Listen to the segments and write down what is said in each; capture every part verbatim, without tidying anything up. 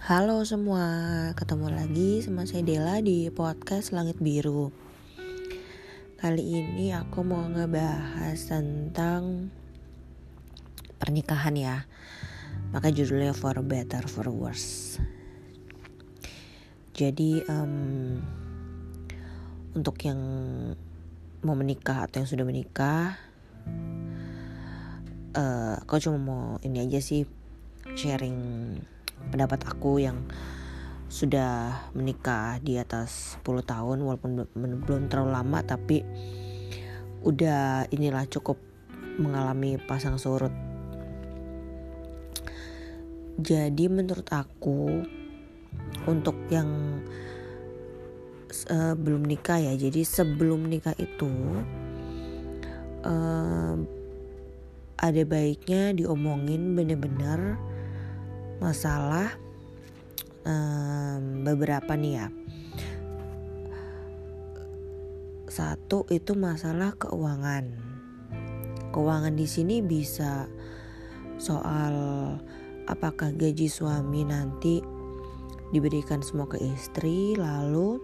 Halo semua, ketemu lagi sama saya Dela di podcast Langit Biru. Kali ini aku mau ngebahas tentang pernikahan ya. Maka judulnya For Better For Worse. Jadi um, untuk yang mau menikah atau yang sudah menikah, uh, aku cuma mau ini aja sih, sharing pendapat aku yang sudah menikah di atas sepuluh tahun, walaupun belum terlalu lama, tapi udah inilah cukup mengalami pasang surut. Jadi menurut aku untuk yang uh, belum nikah ya, jadi sebelum nikah itu uh, ada baiknya diomongin bener-bener masalah um, beberapa nih ya. Satu itu masalah keuangan. Keuangan di sini bisa soal apakah gaji suami nanti diberikan semua ke istri, lalu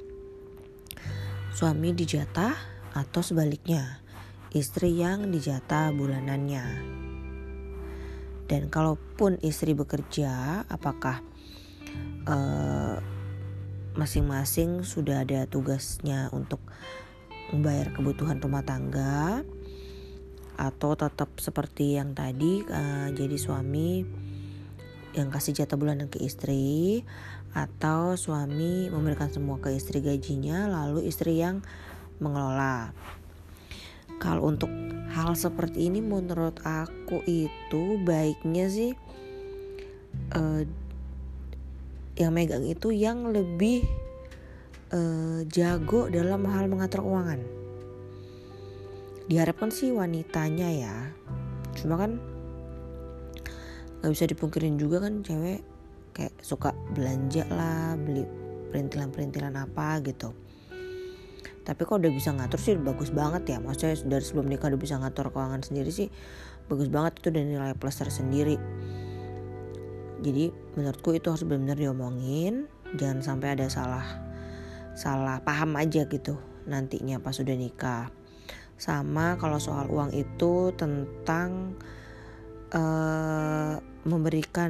suami dijatah, atau sebaliknya istri yang dijatah bulanannya. Dan kalaupun istri bekerja, apakah uh, masing-masing sudah ada tugasnya untuk membayar kebutuhan rumah tangga, atau tetap seperti yang tadi, uh, jadi suami yang kasih jatah bulanan ke istri, atau suami memberikan semua ke istri gajinya, lalu istri yang mengelola. Kalau untuk hal seperti ini menurut aku itu baiknya sih uh, yang megang itu yang lebih uh, jago dalam hal mengatur keuangan. Diharapkan sih wanitanya ya, cuma kan gak bisa dipungkirin juga kan cewek kayak suka belanja lah, beli perintilan-perintilan apa gitu. Tapi kalau udah bisa ngatur sih bagus banget ya. Maksudnya dari sebelum nikah udah bisa ngatur keuangan sendiri sih bagus banget, itu dan nilai plus tersendiri. Jadi menurutku itu harus benar-benar diomongin, jangan sampai ada salah salah paham aja gitu nantinya pas sudah nikah. Sama kalau soal uang itu tentang uh, memberikan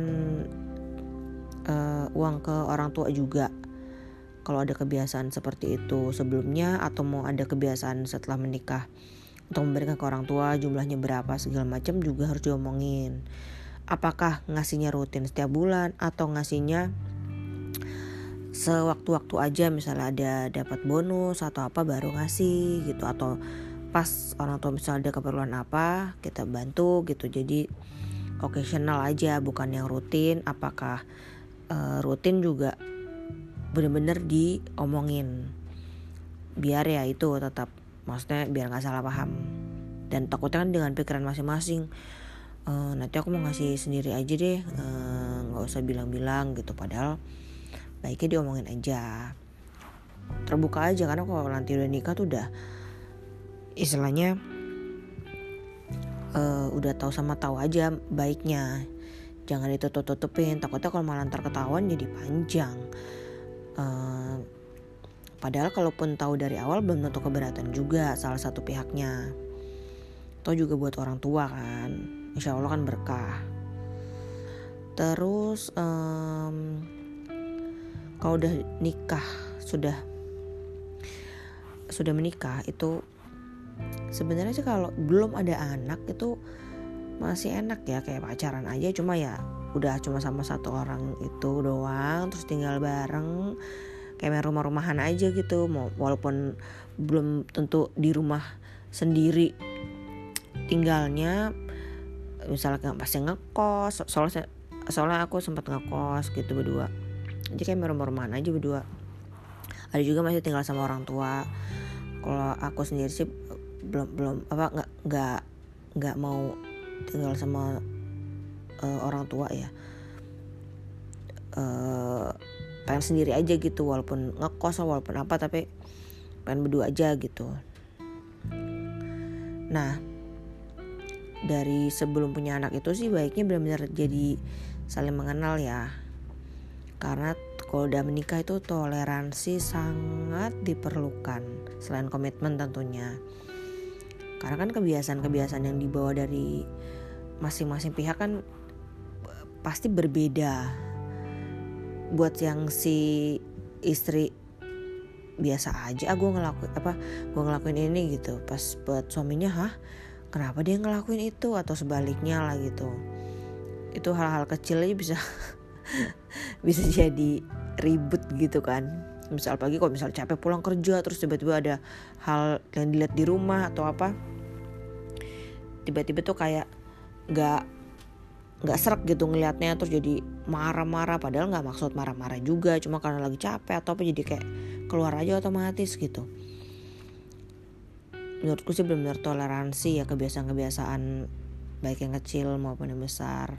uh, uang ke orang tua juga. Kalau ada kebiasaan seperti itu sebelumnya, atau mau ada kebiasaan setelah menikah untuk memberikan ke orang tua, jumlahnya berapa segala macam juga harus diomongin. Apakah ngasihnya rutin setiap bulan atau ngasihnya sewaktu-waktu aja, misalnya ada dapat bonus atau apa baru ngasih gitu, atau pas orang tua misalnya ada keperluan apa kita bantu gitu. Jadi occasional aja, bukan yang rutin. Apakah uh, rutin juga benar-benar diomongin biar ya itu tetap, maksudnya biar nggak salah paham. Dan takutnya kan dengan pikiran masing-masing, e, nanti aku mau ngasih sendiri aja deh, nggak e, usah bilang-bilang gitu. Padahal baiknya diomongin aja, terbuka aja, karena kalau nanti udah nikah tuh udah istilahnya e, udah tahu sama tahu aja baiknya. Jangan ditutup-tutupin, takutnya kalau malah ntar ketahuan jadi panjang. Uh, padahal kalaupun tahu dari awal belum tentu keberatan juga salah satu pihaknya. Atau juga buat orang tua kan, insya Allah kan berkah. Terus um, kalau udah nikah, sudah sudah menikah itu sebenarnya sih kalau belum ada anak itu masih enak ya, kayak pacaran aja, cuma ya udah cuma sama satu orang itu doang, terus tinggal bareng kayak main rumah-rumahan aja gitu. Mau walaupun belum tentu di rumah sendiri tinggalnya, misalnya pasti ngekos. Soalnya soalnya aku sempat ngekos gitu berdua, jadi kayak main rumah-rumahan aja berdua. Ada juga masih tinggal sama orang tua. Kalau aku sendiri sih belum belum apa nggak nggak nggak mau tinggal sama uh, orang tua ya. Uh, pengen sendiri aja gitu, walaupun ngekos walaupun apa, tapi pengen berdua aja gitu. Nah, dari sebelum punya anak itu sih baiknya benar-benar jadi saling mengenal ya. Karena kalau udah menikah itu toleransi sangat diperlukan, selain komitmen tentunya. Karena kan kebiasaan-kebiasaan yang dibawa dari masing-masing pihak kan pasti berbeda. Buat yang si istri biasa aja, ah gue ngelakuin apa, gue ngelakuin ini gitu. Pas buat suaminya, hah, kenapa dia ngelakuin itu, atau sebaliknya lah gitu. Itu hal-hal kecil aja bisa bisa jadi ribut gitu kan. Misal pagi kalau misal capek pulang kerja, terus tiba-tiba ada hal yang dilihat di rumah atau apa, tiba-tiba tuh kayak nggak nggak serak gitu ngelihatnya, terus jadi marah-marah, padahal nggak maksud marah-marah juga, cuma karena lagi capek atau apa, jadi kayak keluar aja otomatis gitu. Menurutku sih benar-benar toleransi ya kebiasaan-kebiasaan, baik yang kecil maupun yang besar.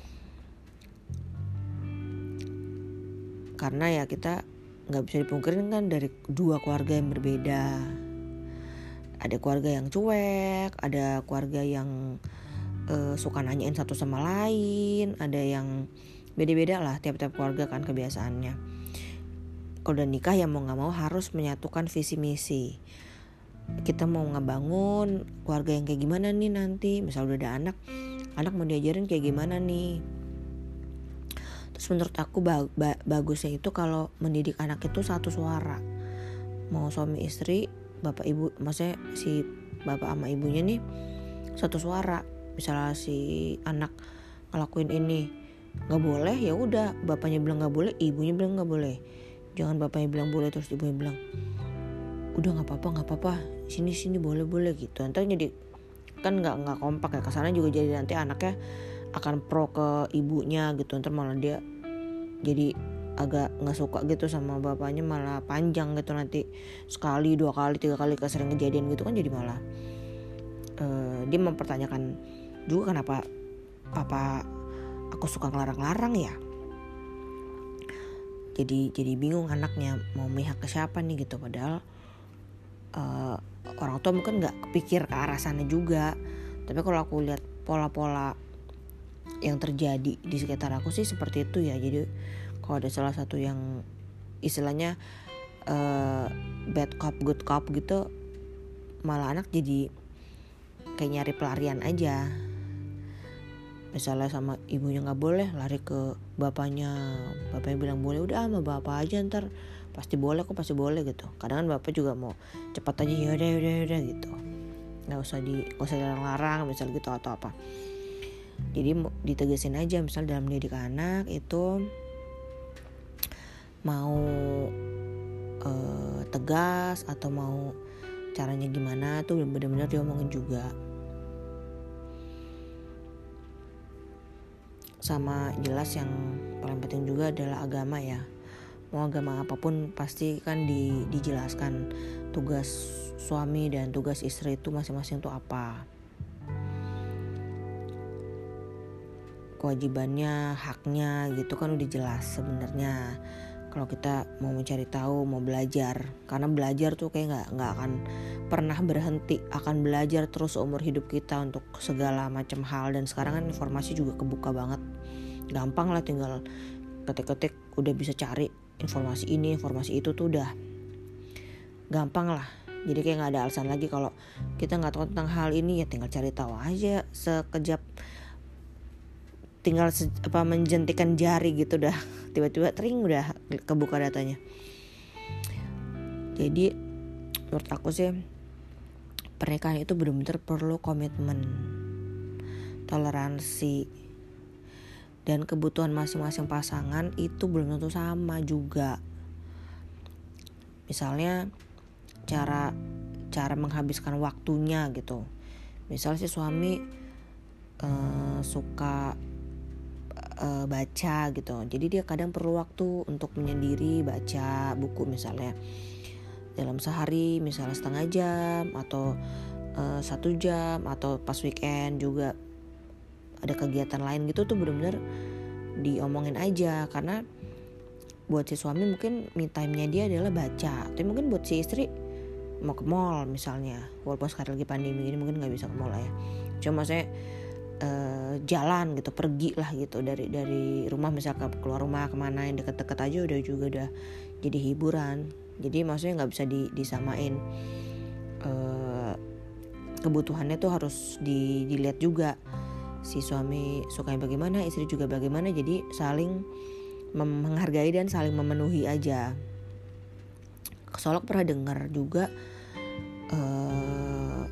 Karena ya kita nggak bisa dipungkirin kan dari dua keluarga yang berbeda. Ada keluarga yang cuek, ada keluarga yang Uh, suka nanyain satu sama lain, ada yang beda-beda lah, tiap-tiap keluarga kan kebiasaannya. Kalau udah nikah ya mau nggak mau harus menyatukan visi misi. Kita mau ngebangun keluarga yang kayak gimana nih nanti, misal udah ada anak, anak mau diajarin kayak gimana nih. Terus menurut aku ba- ba- bagusnya itu kalau mendidik anak itu satu suara, mau suami istri, bapak ibu, maksudnya si bapak sama ibunya nih satu suara. Misalnya si anak ngelakuin ini nggak boleh, ya udah bapaknya bilang nggak boleh, ibunya bilang nggak boleh. Jangan bapaknya bilang boleh terus ibunya bilang udah nggak apa-apa nggak apa-apa, sini sini boleh boleh gitu. Nanti jadi kan nggak nggak kompak ya, kesana juga jadi nanti anaknya akan pro ke ibunya gitu, ntar malah dia jadi agak nggak suka gitu sama bapaknya, malah panjang gitu nanti sekali dua kali tiga kali kesering kejadian gitu kan, jadi malah uh, dia mempertanyakan juga kenapa papa aku suka ngelarang-larang ya. Jadi jadi bingung anaknya mau mihak ke siapa nih gitu, padahal uh, orang tua mungkin nggak kepikir ke arah sana juga. Tapi kalau aku lihat pola-pola yang terjadi di sekitar aku sih seperti itu ya. Jadi kalau ada salah satu yang istilahnya uh, bad cop good cop gitu, malah anak jadi kayak nyari pelarian aja. Misalnya sama ibunya nggak boleh, lari ke bapaknya, bapaknya bilang boleh, udah sama bapak aja ntar pasti boleh kok, pasti boleh gitu. Kadang kan bapak juga mau cepat aja, yaudah yaudah yaudah gitu, nggak usah di nggak usah larang-larang misal gitu atau apa. Jadi ditegasin aja, misal dalam mendidik anak itu mau uh, tegas atau mau caranya gimana tuh benar-benar diomongin juga. Sama jelas yang paling penting juga adalah agama ya. Mau agama apapun pasti kan di, dijelaskan tugas suami dan tugas istri itu masing-masing itu apa, kewajibannya, haknya gitu kan udah jelas sebenarnya. Kalau kita mau mencari tahu, mau belajar, karena belajar tuh kayak nggak nggak akan pernah berhenti, akan belajar terus umur hidup kita untuk segala macam hal. Dan sekarang kan informasi juga kebuka banget, gampang lah, tinggal ketik-ketik udah bisa cari informasi ini, informasi itu tuh udah gampang lah. Jadi kayak nggak ada alasan lagi kalau kita nggak tahu tentang hal ini, ya tinggal cari tahu aja sekejap, tinggal se- apa menjentikan jari gitu dah tiba-tiba tring udah kebuka datanya. Jadi menurut aku sih pernikahan itu benar-benar perlu komitmen, toleransi, dan kebutuhan masing-masing pasangan itu belum tentu sama juga. Misalnya cara cara menghabiskan waktunya gitu. Misal si suami uh, suka uh, baca gitu, jadi dia kadang perlu waktu untuk menyendiri baca buku misalnya dalam sehari, misalnya setengah jam atau uh, satu jam, atau pas weekend juga ada kegiatan lain gitu tuh benar-benar diomongin aja. Karena buat si suami mungkin me time-nya dia adalah baca, tapi mungkin buat si istri mau ke mall misalnya, walaupun sekarang lagi pandemi ini mungkin nggak bisa ke mall lah ya, cuma maksudnya uh, jalan gitu, pergi lah gitu dari dari rumah, misalkan keluar rumah kemana yang deket-deket aja udah juga udah jadi hiburan. Jadi maksudnya nggak bisa di, disamain, uh, kebutuhannya tuh harus di, dilihat juga, si suami sukanya bagaimana, istri juga bagaimana, jadi saling menghargai dan saling memenuhi aja. Soalnya pernah dengar juga uh,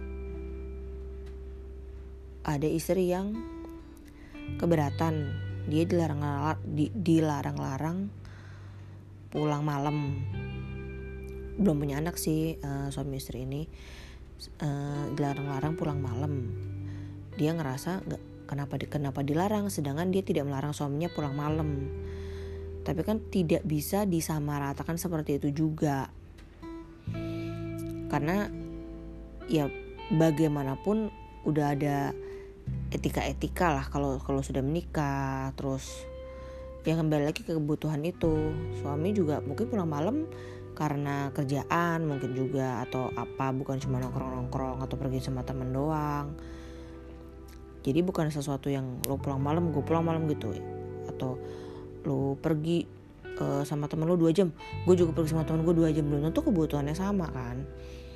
ada istri yang keberatan, dia dilarang di, dilarang-larang pulang malam. Belum punya anak sih uh, suami istri ini, uh, dilarang-larang pulang malam. Dia ngerasa nggak, kenapa kenapa dilarang, sedangkan dia tidak melarang suaminya pulang malam. Tapi kan tidak bisa disamaratakan seperti itu juga, karena ya bagaimanapun udah ada etika-etika lah kalau kalau sudah menikah. Terus ya kembali lagi ke kebutuhan itu. Suami juga mungkin pulang malam karena kerjaan mungkin juga, atau apa, bukan cuma nongkrong-nongkrong atau pergi sama teman doang. Jadi bukan sesuatu yang lo pulang malam gue pulang malam gitu, atau lo pergi uh, sama temen lo dua jam, gue juga pergi sama temen gue dua jam, belum tentu kebutuhannya sama kan.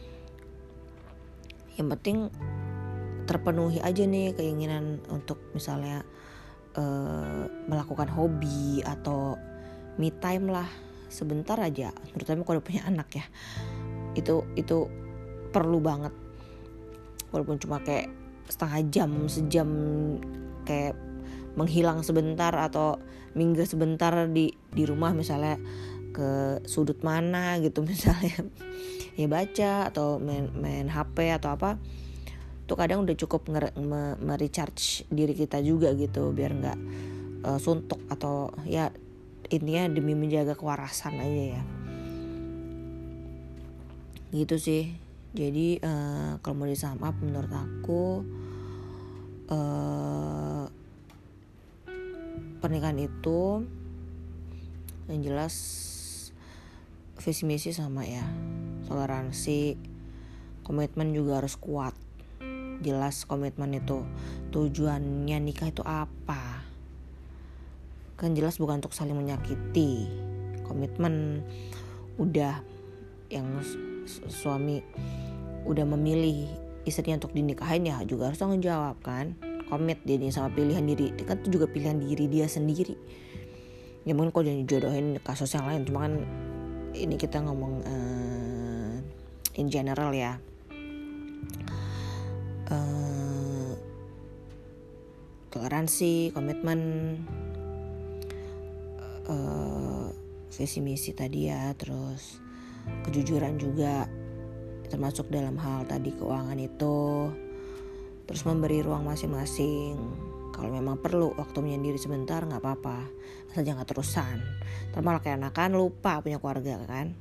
Yang penting terpenuhi aja nih keinginan untuk misalnya uh, melakukan hobi atau me time lah sebentar aja, terutama kalau punya anak ya, itu itu perlu banget, walaupun cuma kayak setengah jam, sejam, kayak menghilang sebentar atau minggir sebentar di di rumah, misalnya ke sudut mana gitu misalnya ya baca atau main main H P atau apa, tuh kadang udah cukup nge-recharge diri kita juga gitu, biar nggak uh, suntuk atau ya intinya demi menjaga kewarasan aja ya gitu sih. Jadi uh, kalau mau di sum up menurut aku uh, pernikahan itu yang jelas visi misi sama ya, toleransi, komitmen juga harus kuat. Jelas komitmen itu tujuannya nikah itu apa, kan jelas bukan untuk saling menyakiti. Komitmen udah yang su- suami udah memilih istrinya untuk dinikahin, ya juga harus tanggung jawab kan, komit dia sama pilihan diri, kan itu juga pilihan diri dia sendiri. Ya mungkin kalau jodohin kasus yang lain, cuma kan ini kita ngomong uh, in general ya. Uh, toleransi, komitmen, uh, visi misi tadi ya, terus kejujuran juga termasuk dalam hal tadi keuangan itu, terus memberi ruang masing-masing. Kalau memang perlu waktu menyendiri sebentar nggak apa-apa, asal jangan terusan, ntar malah kayak anakan lupa punya keluarga kan.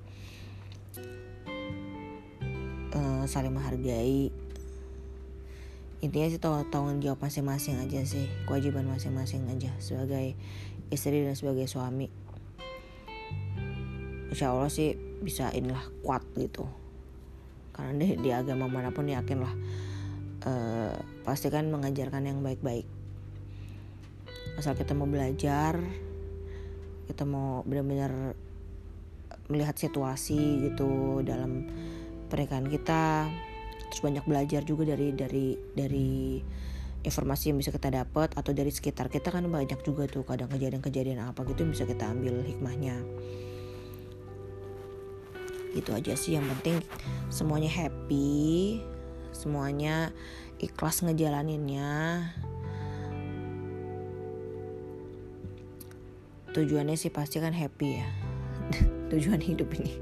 Uh, saling menghargai, intinya sih tahu tanggung jawab masing-masing aja sih, kewajiban masing-masing aja sebagai istri dan sebagai suami. Insya Allah sih bisa inilah kuat gitu, karena di, di agama manapun yakin lah uh, pasti kan mengajarkan yang baik-baik. Asal kita mau belajar, kita mau benar-benar melihat situasi gitu dalam pernikahan kita, terus banyak belajar juga dari dari dari informasi yang bisa kita dapat atau dari sekitar kita, kan banyak juga tuh kadang kejadian-kejadian apa gitu yang bisa kita ambil hikmahnya. Gitu aja sih, yang penting semuanya happy, semuanya ikhlas ngejalaninnya. Tujuannya sih pasti kan happy ya tujuan hidup ini.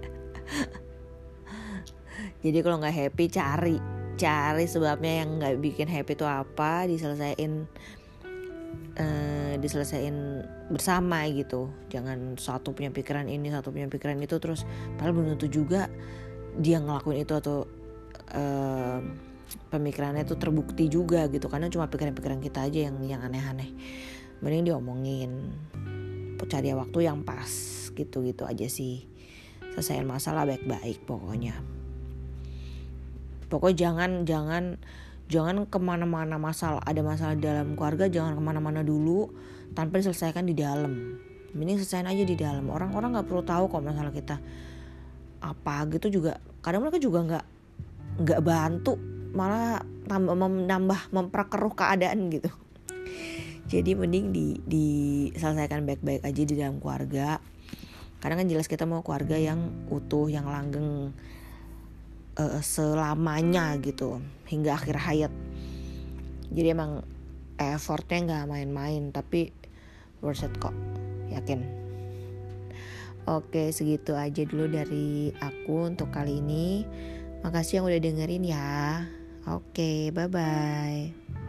Jadi kalau nggak happy cari cari sebabnya yang nggak bikin happy itu apa, diselesain uh, diselesain bersama gitu. Jangan satu punya pikiran ini, satu punya pikiran itu, terus padahal belum tentu juga dia ngelakuin itu atau uh, pemikirannya itu terbukti juga gitu, karena cuma pikiran-pikiran kita aja yang yang aneh-aneh. Mending diomongin, cari waktu yang pas gitu-gitu aja sih. Selesaiin masalah baik-baik pokoknya. Pokoknya jangan jangan Jangan kemana-mana, masalah ada masalah dalam keluarga jangan kemana-mana dulu tanpa diselesaikan di dalam. Mending selesaiin aja di dalam. Orang-orang nggak perlu tahu kok masalah kita apa gitu juga. Kadang mereka juga nggak nggak bantu, malah tambah menambah memperkeruh keadaan gitu. Jadi mending di diselesaikan baik-baik aja di dalam keluarga. Karena kan jelas kita mau keluarga yang utuh, yang langgeng uh, selamanya gitu, hingga akhir hayat. Jadi emang effortnya nggak main-main, tapi worth it kok, yakin. Oke, segitu aja dulu dari aku untuk kali ini. Makasih yang udah dengerin ya. Oke, bye bye.